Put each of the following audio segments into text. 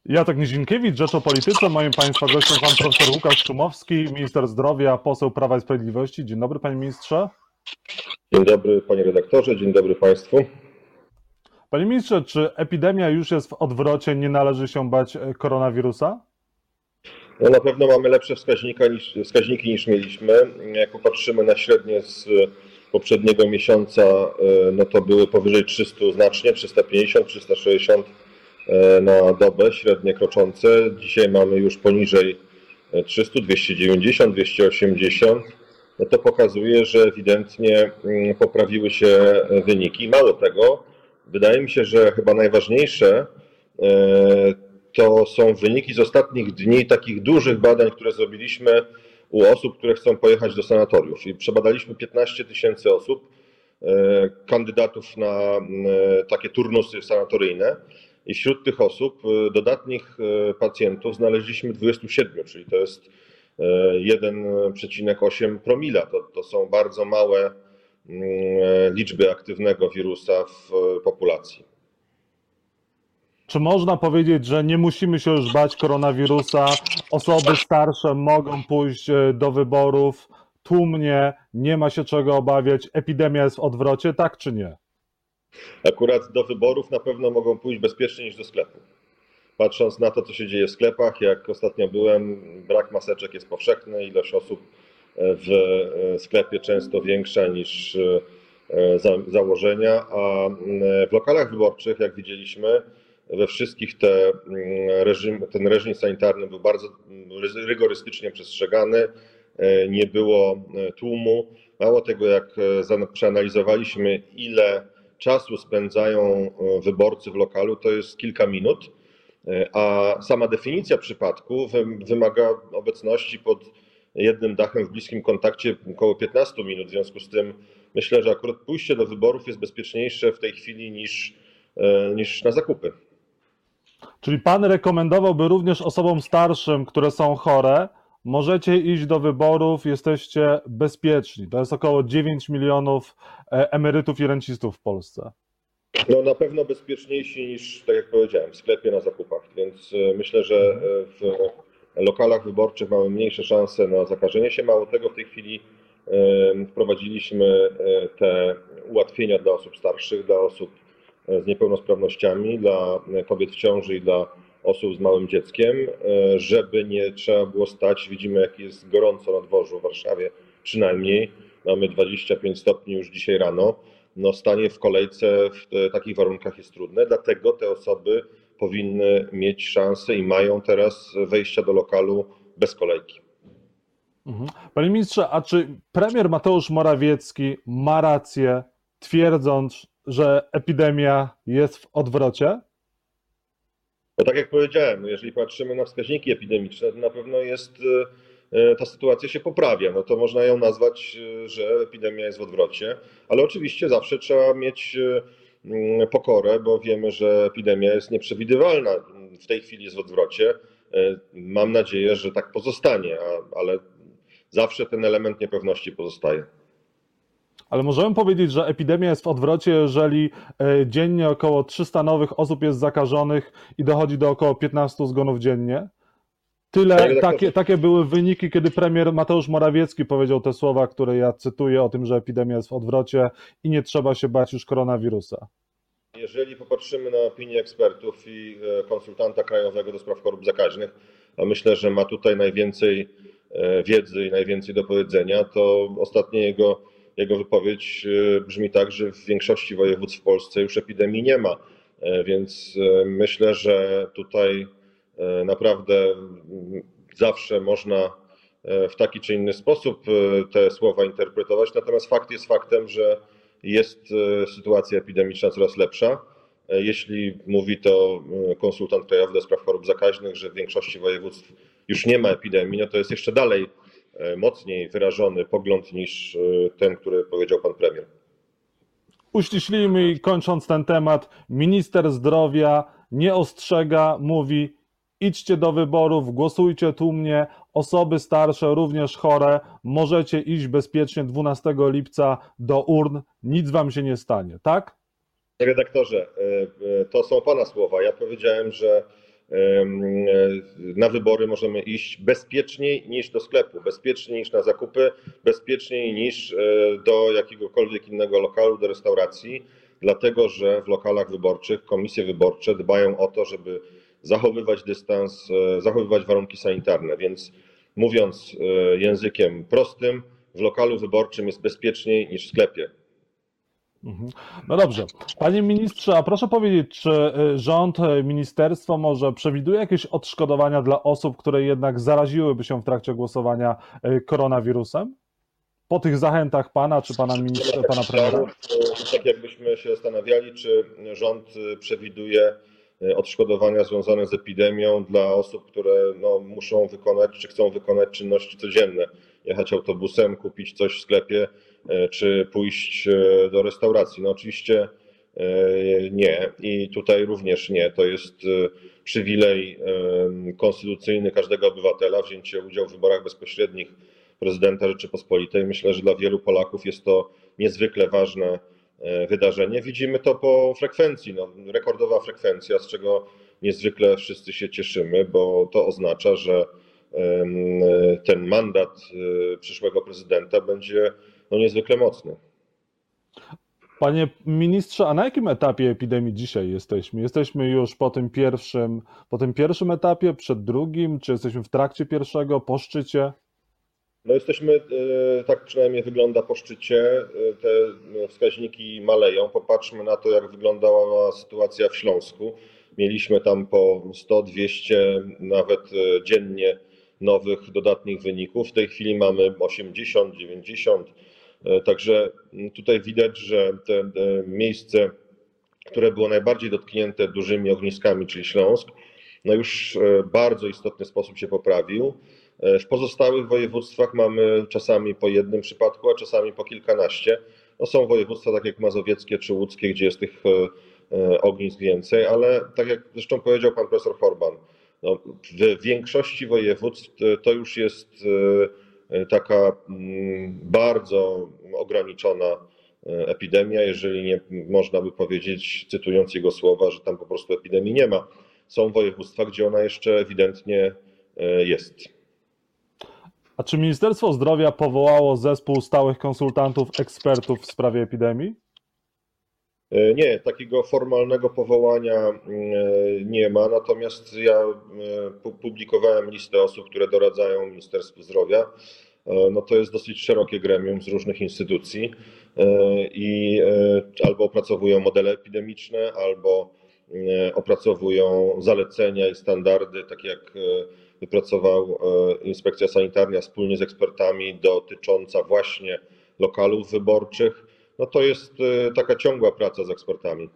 Jacek Nizinkiewicz, Rzecz o Polityce. Moim Państwa gościem pan profesor Łukasz Szumowski, minister zdrowia, poseł Prawa i Sprawiedliwości. Dzień dobry, panie ministrze. Dzień dobry, panie redaktorze, dzień dobry państwu. Panie ministrze, czy epidemia już jest w odwrocie, nie należy się bać koronawirusa? No, na pewno mamy lepsze wskaźniki niż mieliśmy. Jak popatrzymy na średnie z poprzedniego miesiąca, no to były powyżej 300 znacznie, 350, 360 na dobę, średnie kroczące. Dzisiaj mamy już poniżej 300, 290, 280. No to pokazuje, że ewidentnie poprawiły się wyniki. Mało tego, wydaje mi się, że chyba najważniejsze to są wyniki z ostatnich dni takich dużych badań, które zrobiliśmy u osób, które chcą pojechać do sanatoriów. I przebadaliśmy 15 000 osób, kandydatów na takie turnusy sanatoryjne. I wśród tych osób dodatnich pacjentów znaleźliśmy 27, czyli to jest 1,8 promila. To są bardzo małe liczby aktywnego wirusa w populacji. Czy można powiedzieć, że nie musimy się już bać koronawirusa? Osoby starsze mogą pójść do wyborów tłumnie, nie ma się czego obawiać, epidemia jest w odwrocie, tak czy nie? Akurat do wyborów na pewno mogą pójść bezpieczniej niż do sklepu. Patrząc na to, co się dzieje w sklepach, jak ostatnio byłem, brak maseczek jest powszechny, ilość osób w sklepie często większa niż założenia, a w lokalach wyborczych, jak widzieliśmy, we wszystkich ten reżim sanitarny był bardzo rygorystycznie przestrzegany, nie było tłumu. Mało tego, jak przeanalizowaliśmy, ile czasu spędzają wyborcy w lokalu, to jest kilka minut, a sama definicja przypadku wymaga obecności pod jednym dachem w bliskim kontakcie około 15 minut. W związku z tym myślę, że akurat pójście do wyborów jest bezpieczniejsze w tej chwili niż na zakupy. Czyli pan rekomendowałby również osobom starszym, które są chore, możecie iść do wyborów, jesteście bezpieczni. To jest około 9 milionów emerytów i rencistów w Polsce. No na pewno bezpieczniejsi niż, tak jak powiedziałem, w sklepie na zakupach, więc myślę, że w lokalach wyborczych mamy mniejsze szanse na zakażenie się. Mało tego, w tej chwili wprowadziliśmy te ułatwienia dla osób starszych, dla osób z niepełnosprawnościami, dla kobiet w ciąży i dla osób z małym dzieckiem, żeby nie trzeba było stać. Widzimy, jak jest gorąco na dworzu w Warszawie, przynajmniej mamy 25 stopni już dzisiaj rano. No, stanie w kolejce w takich warunkach jest trudne, dlatego te osoby powinny mieć szansę i mają teraz wejścia do lokalu bez kolejki. Panie ministrze, a czy premier Mateusz Morawiecki ma rację, twierdząc, że epidemia jest w odwrocie? No tak jak powiedziałem, jeżeli patrzymy na wskaźniki epidemiczne, to na pewno ta sytuacja się poprawia. No to można ją nazwać, że epidemia jest w odwrocie, ale oczywiście zawsze trzeba mieć pokorę, bo wiemy, że epidemia jest nieprzewidywalna. W tej chwili jest w odwrocie. Mam nadzieję, że tak pozostanie, ale zawsze ten element niepewności pozostaje. Ale możemy powiedzieć, że epidemia jest w odwrocie, jeżeli dziennie około 300 nowych osób jest zakażonych i dochodzi do około 15 zgonów dziennie? Takie były wyniki, kiedy premier Mateusz Morawiecki powiedział te słowa, które ja cytuję, o tym, że epidemia jest w odwrocie i nie trzeba się bać już koronawirusa. Jeżeli popatrzymy na opinię ekspertów i konsultanta krajowego do spraw chorób zakaźnych, a myślę, że ma tutaj najwięcej wiedzy i najwięcej do powiedzenia, to ostatnia jego wypowiedź brzmi tak, że w większości województw w Polsce już epidemii nie ma. Więc myślę, że tutaj naprawdę zawsze można w taki czy inny sposób te słowa interpretować. Natomiast fakt jest faktem, że jest sytuacja epidemiczna coraz lepsza. Jeśli mówi to konsultant krajowy do spraw chorób zakaźnych, że w większości województw już nie ma epidemii, no to jest jeszcze dalej mocniej wyrażony pogląd niż ten, który powiedział pan premier. Uściślijmy i kończąc ten temat, minister zdrowia nie ostrzega, mówi: idźcie do wyborów, głosujcie tłumnie, osoby starsze, również chore, możecie iść bezpiecznie 12 lipca do urn, nic wam się nie stanie, tak? Redaktorze, to są pana słowa. Ja powiedziałem, że na wybory możemy iść bezpieczniej niż do sklepu, bezpieczniej niż na zakupy, bezpieczniej niż do jakiegokolwiek innego lokalu, do restauracji, dlatego że w lokalach wyborczych komisje wyborcze dbają o to, żeby zachowywać dystans, zachowywać warunki sanitarne, więc mówiąc językiem prostym, w lokalu wyborczym jest bezpieczniej niż w sklepie. No dobrze. Panie ministrze, a proszę powiedzieć, czy rząd, ministerstwo może przewiduje jakieś odszkodowania dla osób, które jednak zaraziłyby się w trakcie głosowania koronawirusem? Po tych zachętach pana czy pana ministra, pana premiera? Tak jakbyśmy się zastanawiali, czy rząd przewiduje odszkodowania związane z epidemią dla osób, które muszą wykonać, czy chcą wykonać czynności codzienne. Jechać autobusem, kupić coś w sklepie, czy pójść do restauracji. No oczywiście nie i tutaj również nie. To jest przywilej konstytucyjny każdego obywatela, wzięcie udziału w wyborach bezpośrednich prezydenta Rzeczypospolitej. Myślę, że dla wielu Polaków jest to niezwykle ważne wydarzenie. Widzimy to po frekwencji, rekordowa frekwencja, z czego niezwykle wszyscy się cieszymy, bo to oznacza, że ten mandat przyszłego prezydenta będzie niezwykle mocny. Panie ministrze, a na jakim etapie epidemii dzisiaj jesteśmy? Jesteśmy już po tym pierwszym etapie, przed drugim, czy jesteśmy w trakcie pierwszego, po szczycie? Jesteśmy, tak przynajmniej wygląda po szczycie, te wskaźniki maleją. Popatrzmy na to, jak wyglądała sytuacja w Śląsku. Mieliśmy tam po 100, 200 nawet dziennie nowych, dodatnich wyników. W tej chwili mamy 80, 90. Także tutaj widać, że te miejsce, które było najbardziej dotknięte dużymi ogniskami, czyli Śląsk, już w bardzo istotny sposób się poprawił. W pozostałych województwach mamy czasami po jednym przypadku, a czasami po kilkanaście. Są województwa tak jak mazowieckie czy łódzkie, gdzie jest tych ognisk więcej, ale tak jak zresztą powiedział pan profesor Horban, w większości województw to już jest taka bardzo ograniczona epidemia, jeżeli nie można by powiedzieć, cytując jego słowa, że tam po prostu epidemii nie ma. Są województwa, gdzie ona jeszcze ewidentnie jest. A czy Ministerstwo Zdrowia powołało zespół stałych konsultantów, ekspertów w sprawie epidemii? Nie, takiego formalnego powołania nie ma, natomiast ja publikowałem listę osób, które doradzają Ministerstwu Zdrowia. To jest dosyć szerokie gremium z różnych instytucji i albo opracowują modele epidemiczne, albo opracowują zalecenia i standardy, tak jak wypracował Inspekcja Sanitarna wspólnie z ekspertami dotycząca właśnie lokalów wyborczych. To jest taka ciągła praca z ekspertami.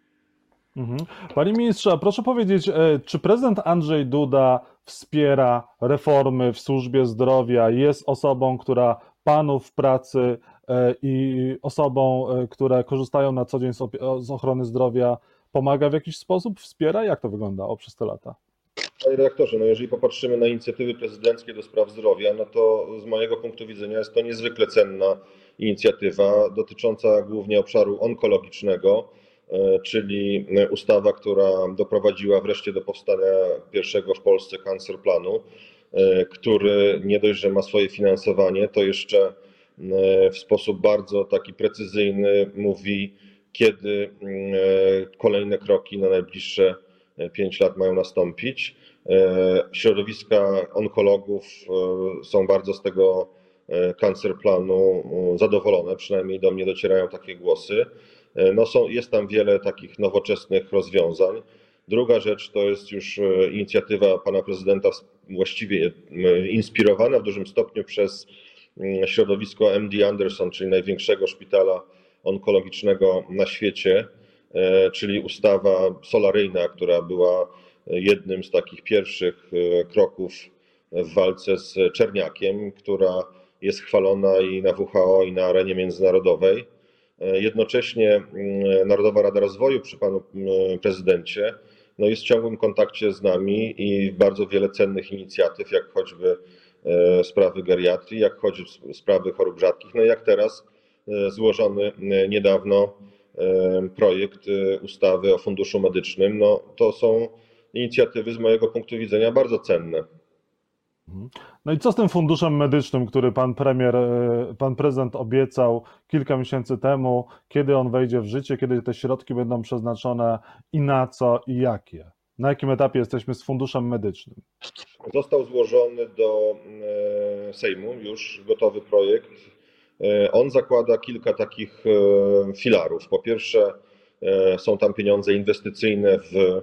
Panie ministrze, proszę powiedzieć, czy prezydent Andrzej Duda wspiera reformy w służbie zdrowia, jest osobą, która panów w pracy i osobom, które korzystają na co dzień z ochrony zdrowia, pomaga w jakiś sposób, wspiera? Jak to wyglądało przez te lata? Panie redaktorze, jeżeli popatrzymy na inicjatywy prezydenckie do spraw zdrowia, to z mojego punktu widzenia jest to niezwykle cenna inicjatywa dotycząca głównie obszaru onkologicznego, czyli ustawa, która doprowadziła wreszcie do powstania pierwszego w Polsce cancer planu, który nie dość, że ma swoje finansowanie, to jeszcze w sposób bardzo taki precyzyjny mówi, kiedy kolejne kroki na najbliższe 5 lat mają nastąpić. Środowiska onkologów są bardzo z tego cancer planu zadowolone, przynajmniej do mnie docierają takie głosy. Jest tam wiele takich nowoczesnych rozwiązań. Druga rzecz to jest już inicjatywa pana prezydenta, właściwie inspirowana w dużym stopniu przez środowisko MD Anderson, czyli największego szpitala onkologicznego na świecie, czyli ustawa solaryjna, która była jednym z takich pierwszych kroków w walce z czerniakiem, która jest chwalona i na WHO, i na arenie międzynarodowej. Jednocześnie Narodowa Rada Rozwoju przy panu prezydencie jest w ciągłym kontakcie z nami i bardzo wiele cennych inicjatyw, jak choćby sprawy geriatrii, jak choćby sprawy chorób rzadkich, jak teraz złożony niedawno projekt ustawy o Funduszu Medycznym. To są inicjatywy z mojego punktu widzenia bardzo cenne. No i co z tym funduszem medycznym, który pan prezydent obiecał kilka miesięcy temu? Kiedy on wejdzie w życie? Kiedy te środki będą przeznaczone i na co i jakie? Na jakim etapie jesteśmy z funduszem medycznym? Został złożony do Sejmu już gotowy projekt. On zakłada kilka takich filarów. Po pierwsze, są tam pieniądze inwestycyjne w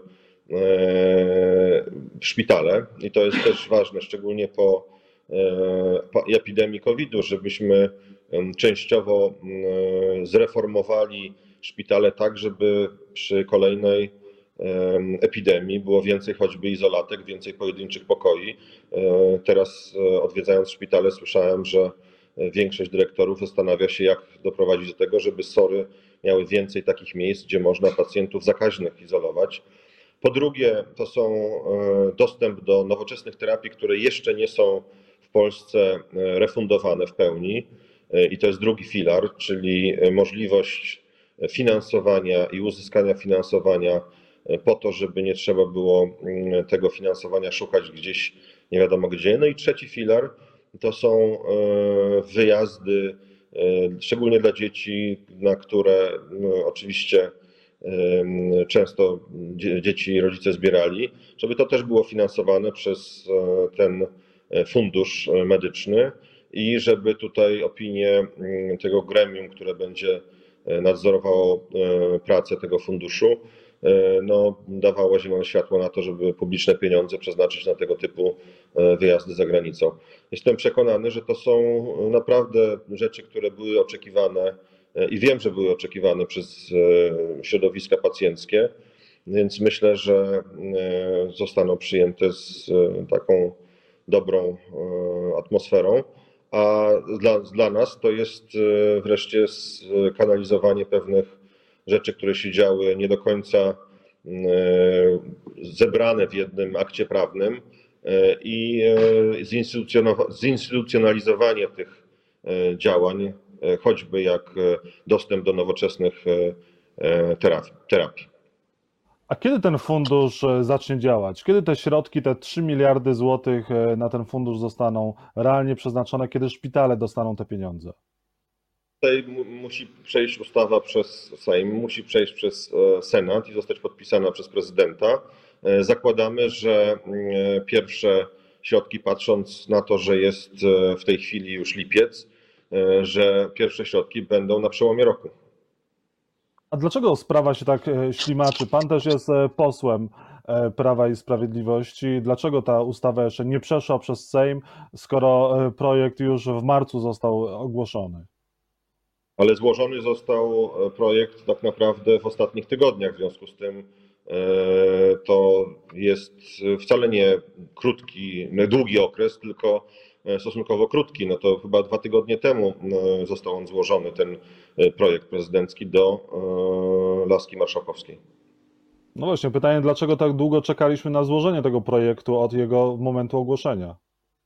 szpitale i to jest też ważne, szczególnie po epidemii COVID-u, żebyśmy częściowo zreformowali szpitale tak, żeby przy kolejnej epidemii było więcej choćby izolatek, więcej pojedynczych pokoi. Teraz odwiedzając szpitale słyszałem, że większość dyrektorów zastanawia się, jak doprowadzić do tego, żeby SOR-y miały więcej takich miejsc, gdzie można pacjentów zakaźnych izolować. Po drugie, to są dostęp do nowoczesnych terapii, które jeszcze nie są w Polsce refundowane w pełni. I to jest drugi filar, czyli możliwość finansowania i uzyskania finansowania po to, żeby nie trzeba było tego finansowania szukać gdzieś nie wiadomo gdzie. No i trzeci filar to są wyjazdy, szczególnie dla dzieci, na które oczywiście często dzieci i rodzice zbierali, żeby to też było finansowane przez ten fundusz medyczny i żeby tutaj opinie tego gremium, które będzie nadzorowało pracę tego funduszu, no, dawało zielone światło na to, żeby publiczne pieniądze przeznaczyć na tego typu wyjazdy za granicą. Jestem przekonany, że to są naprawdę rzeczy, które były oczekiwane i wiem, że były oczekiwane przez środowiska pacjenckie, więc myślę, że zostaną przyjęte z taką dobrą atmosferą. A dla nas to jest wreszcie skanalizowanie pewnych rzeczy, które się działy nie do końca zebrane w jednym akcie prawnym i zinstytucjonalizowanie tych działań, choćby jak dostęp do nowoczesnych terapii. A kiedy ten fundusz zacznie działać? Kiedy te środki, te 3 miliardy złotych na ten fundusz zostaną realnie przeznaczone? Kiedy szpitale dostaną te pieniądze? Tutaj musi przejść ustawa przez Sejm, musi przejść przez Senat i zostać podpisana przez prezydenta. Zakładamy, że pierwsze środki, patrząc na to, że jest w tej chwili już lipiec, że pierwsze środki będą na przełomie roku. A dlaczego sprawa się tak ślimaczy? Pan też jest posłem Prawa i Sprawiedliwości. Dlaczego ta ustawa jeszcze nie przeszła przez Sejm, skoro projekt już w marcu został ogłoszony? Ale złożony został projekt tak naprawdę w ostatnich tygodniach, w związku z tym to jest wcale nie długi okres, tylko stosunkowo krótki. No to chyba 2 tygodnie temu został on złożony, ten projekt prezydencki, do laski marszałkowskiej. No właśnie, pytanie, dlaczego tak długo czekaliśmy na złożenie tego projektu od jego momentu ogłoszenia?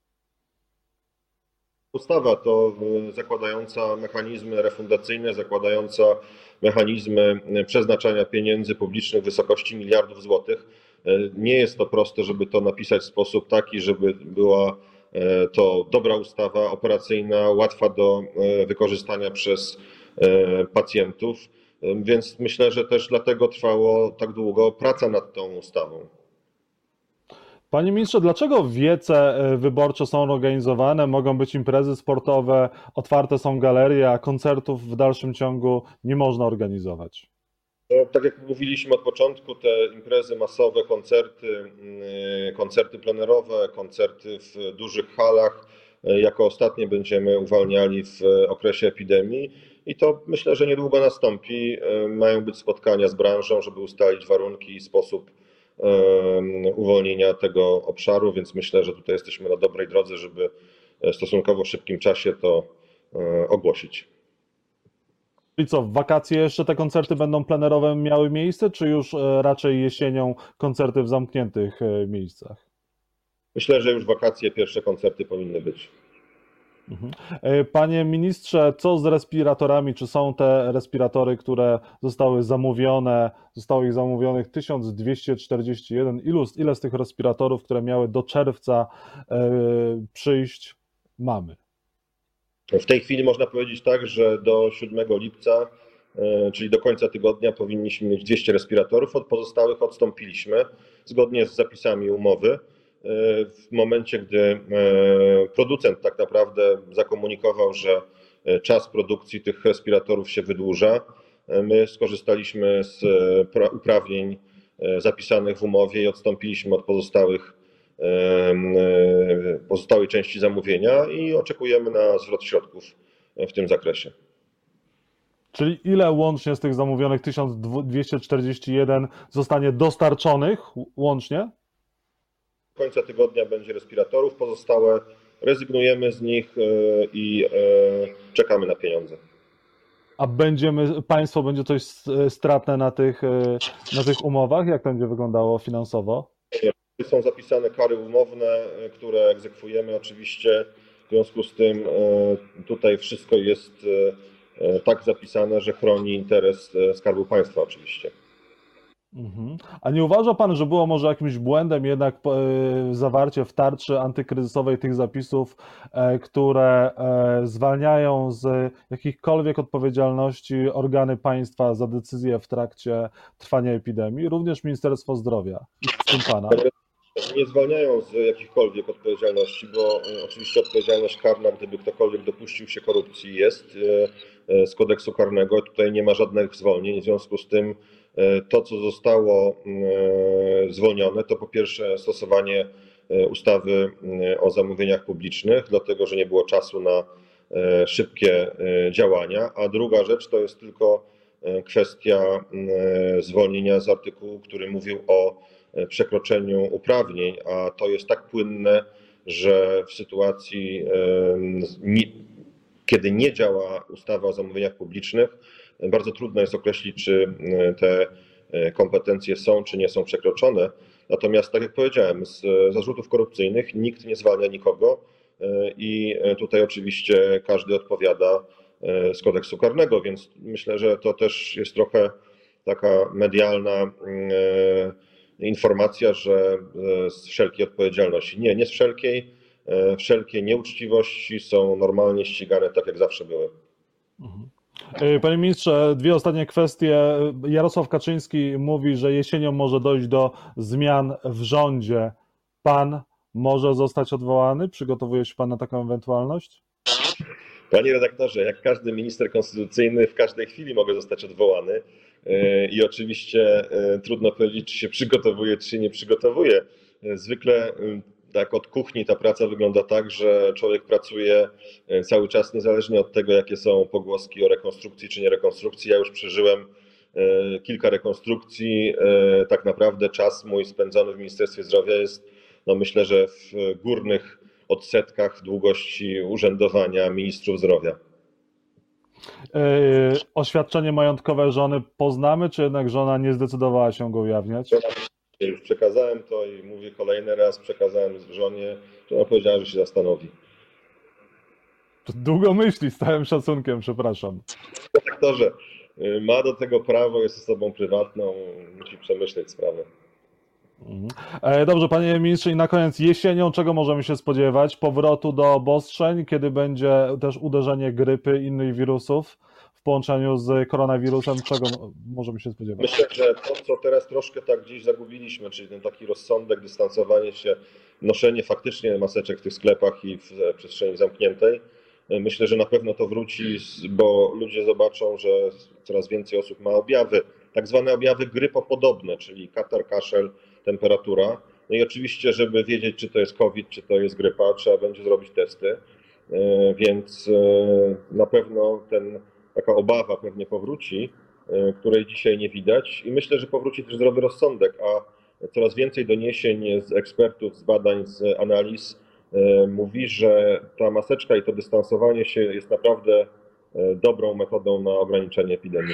Ustawa to zakładająca mechanizmy refundacyjne, zakładająca mechanizmy przeznaczania pieniędzy publicznych w wysokości miliardów złotych. Nie jest to proste, żeby to napisać w sposób taki, żeby była to dobra ustawa, operacyjna, łatwa do wykorzystania przez pacjentów, więc myślę, że też dlatego trwało tak długo praca nad tą ustawą. Panie ministrze, dlaczego wiece wyborcze są organizowane, mogą być imprezy sportowe, otwarte są galerie, a koncertów w dalszym ciągu nie można organizować? No, tak jak mówiliśmy od początku, te imprezy masowe, koncerty plenerowe, koncerty w dużych halach, jako ostatnie będziemy uwalniali w okresie epidemii i to myślę, że niedługo nastąpi. Mają być spotkania z branżą, żeby ustalić warunki i sposób uwolnienia tego obszaru, więc myślę, że tutaj jesteśmy na dobrej drodze, żeby w stosunkowo szybkim czasie to ogłosić. I co, w wakacje jeszcze te koncerty będą plenerowe miały miejsce, czy już raczej jesienią koncerty w zamkniętych miejscach? Myślę, że już w wakacje pierwsze koncerty powinny być. Panie ministrze, co z respiratorami? Czy są te respiratory, które zostały zamówione? Zostało ich zamówionych 1241. Ile z tych respiratorów, które miały do czerwca przyjść, mamy? W tej chwili można powiedzieć tak, że do 7 lipca, czyli do końca tygodnia, powinniśmy mieć 200 respiratorów. Od pozostałych odstąpiliśmy zgodnie z zapisami umowy. W momencie, gdy producent tak naprawdę zakomunikował, że czas produkcji tych respiratorów się wydłuża, my skorzystaliśmy z uprawnień zapisanych w umowie i odstąpiliśmy od pozostałej części zamówienia i oczekujemy na zwrot środków w tym zakresie. Czyli ile łącznie z tych zamówionych 1241 zostanie dostarczonych łącznie? Do końca tygodnia będzie respiratorów, pozostałe rezygnujemy z nich i czekamy na pieniądze. A państwo będzie coś stratne na tych umowach? Jak to będzie wyglądało finansowo? Są zapisane kary umowne, które egzekwujemy oczywiście. W związku z tym tutaj wszystko jest tak zapisane, że chroni interes Skarbu Państwa oczywiście. A nie uważa pan, że było może jakimś błędem jednak zawarcie w tarczy antykryzysowej tych zapisów, które zwalniają z jakichkolwiek odpowiedzialności organy państwa za decyzje w trakcie trwania epidemii, również Ministerstwo Zdrowia, w tym pana? Nie zwalniają z jakichkolwiek odpowiedzialności, bo oczywiście odpowiedzialność karna, gdyby ktokolwiek dopuścił się korupcji, jest z kodeksu karnego. Tutaj nie ma żadnych zwolnień. W związku z tym to, co zostało zwolnione, to po pierwsze stosowanie ustawy o zamówieniach publicznych, dlatego że nie było czasu na szybkie działania, a druga rzecz to jest tylko kwestia zwolnienia z artykułu, który mówił o przekroczeniu uprawnień, a to jest tak płynne, że w sytuacji, kiedy nie działa ustawa o zamówieniach publicznych, bardzo trudno jest określić, czy te kompetencje są, czy nie są przekroczone. Natomiast, tak jak powiedziałem, z zarzutów korupcyjnych nikt nie zwalnia nikogo i tutaj oczywiście każdy odpowiada z kodeksu karnego, więc myślę, że to też jest trochę taka medialna informacja, że z wszelkiej odpowiedzialności. Nie z wszelkiej. Wszelkie nieuczciwości są normalnie ścigane tak, jak zawsze były. Panie ministrze, dwie ostatnie kwestie. Jarosław Kaczyński mówi, że jesienią może dojść do zmian w rządzie. Pan może zostać odwołany? Przygotowuje się pan na taką ewentualność? Panie redaktorze, jak każdy minister konstytucyjny, w każdej chwili mogę zostać odwołany i oczywiście trudno powiedzieć, czy się przygotowuje, czy się nie przygotowuje. Zwykle tak od kuchni ta praca wygląda tak, że człowiek pracuje cały czas niezależnie od tego, jakie są pogłoski o rekonstrukcji czy nie rekonstrukcji. Ja już przeżyłem kilka rekonstrukcji. Tak naprawdę czas mój spędzony w Ministerstwie Zdrowia jest, no myślę, że w górnych odsetkach długości urzędowania ministrów zdrowia. Oświadczenie majątkowe żony poznamy, czy jednak żona nie zdecydowała się go ujawniać? Już przekazałem to i mówię kolejny raz, przekazałem żonie, ona powiedziała, że się zastanowi. To długo myśli, z całym szacunkiem, przepraszam. Redaktorze, ma do tego prawo, jest osobą prywatną, musi przemyśleć sprawę. Dobrze, panie ministrze, i na koniec jesienią czego możemy się spodziewać? Powrotu do obostrzeń, kiedy będzie też uderzenie grypy, innych wirusów w połączeniu z koronawirusem? Czego możemy się spodziewać? Myślę, że to, co teraz troszkę tak gdzieś zagubiliśmy, czyli ten taki rozsądek, dystansowanie się, noszenie faktycznie maseczek w tych sklepach i w przestrzeni zamkniętej, myślę, że na pewno to wróci, bo ludzie zobaczą, że coraz więcej osób ma objawy, tak zwane objawy grypopodobne, czyli katar, kaszel, temperatura. No i oczywiście, żeby wiedzieć, czy to jest COVID, czy to jest grypa, trzeba będzie zrobić testy, więc na pewno taka obawa pewnie powróci, której dzisiaj nie widać i myślę, że powróci też zdrowy rozsądek, a coraz więcej doniesień z ekspertów, z badań, z analiz mówi, że ta maseczka i to dystansowanie się jest naprawdę dobrą metodą na ograniczenie epidemii.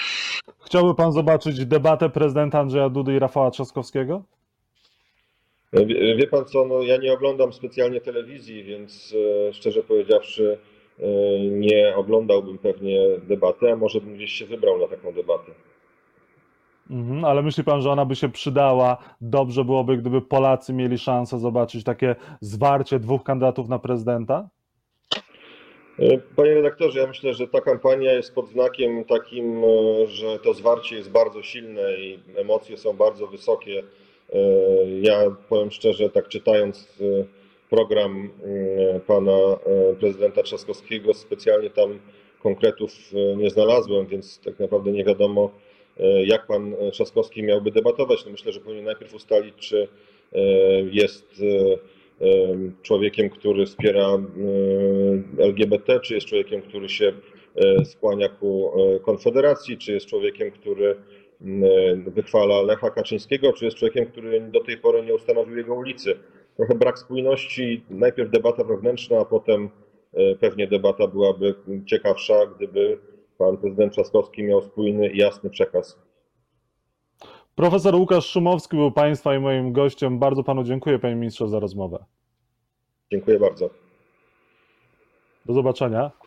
Chciałby pan zobaczyć debatę prezydenta Andrzeja Dudy i Rafała Trzaskowskiego? Wie pan co, no ja nie oglądam specjalnie telewizji, więc szczerze powiedziawszy nie oglądałbym pewnie debaty, a może bym gdzieś się wybrał na taką debatę. Ale myśli pan, że ona by się przydała? Dobrze byłoby, gdyby Polacy mieli szansę zobaczyć takie zwarcie dwóch kandydatów na prezydenta? Panie redaktorze, ja myślę, że ta kampania jest pod znakiem takim, że to zwarcie jest bardzo silne i emocje są bardzo wysokie. Ja powiem szczerze, tak czytając program pana prezydenta Trzaskowskiego, specjalnie tam konkretów nie znalazłem, więc tak naprawdę nie wiadomo, jak pan Trzaskowski miałby debatować. No myślę, że powinien najpierw ustalić, czy jest człowiekiem, który wspiera LGBT, czy jest człowiekiem, który się skłania ku Konfederacji, czy jest człowiekiem, który wychwala Lecha Kaczyńskiego, czy jest człowiekiem, który do tej pory nie ustanowił jego ulicy. Trochę brak spójności, najpierw debata wewnętrzna, a potem pewnie debata byłaby ciekawsza, gdyby pan prezydent Trzaskowski miał spójny i jasny przekaz. Profesor Łukasz Szumowski był państwa i moim gościem. Bardzo panu dziękuję, panie ministrze, za rozmowę. Dziękuję bardzo. Do zobaczenia.